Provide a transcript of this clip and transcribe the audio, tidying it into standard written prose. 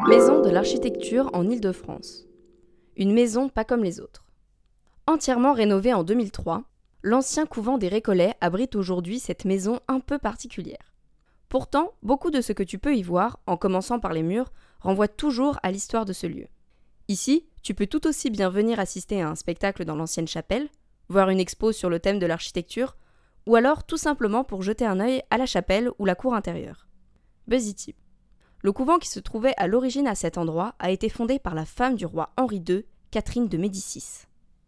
Maison de l'architecture en Île-de-France. Une maison pas comme les autres. Entièrement rénovée en 2003, l'ancien couvent des Récollets abrite aujourd'hui cette maison un peu particulière. Pourtant, beaucoup de ce que tu peux y voir, en commençant par les murs, renvoie toujours à l'histoire de ce lieu. Ici, tu peux tout aussi bien venir assister à un spectacle dans l'ancienne chapelle, voir une expo sur le thème de l'architecture, ou alors tout simplement pour jeter un œil à la chapelle ou la cour intérieure. Buzzy Tip. Le couvent qui se trouvait à l'origine à cet endroit a été fondé par la femme du roi Henri II, Catherine de Médicis.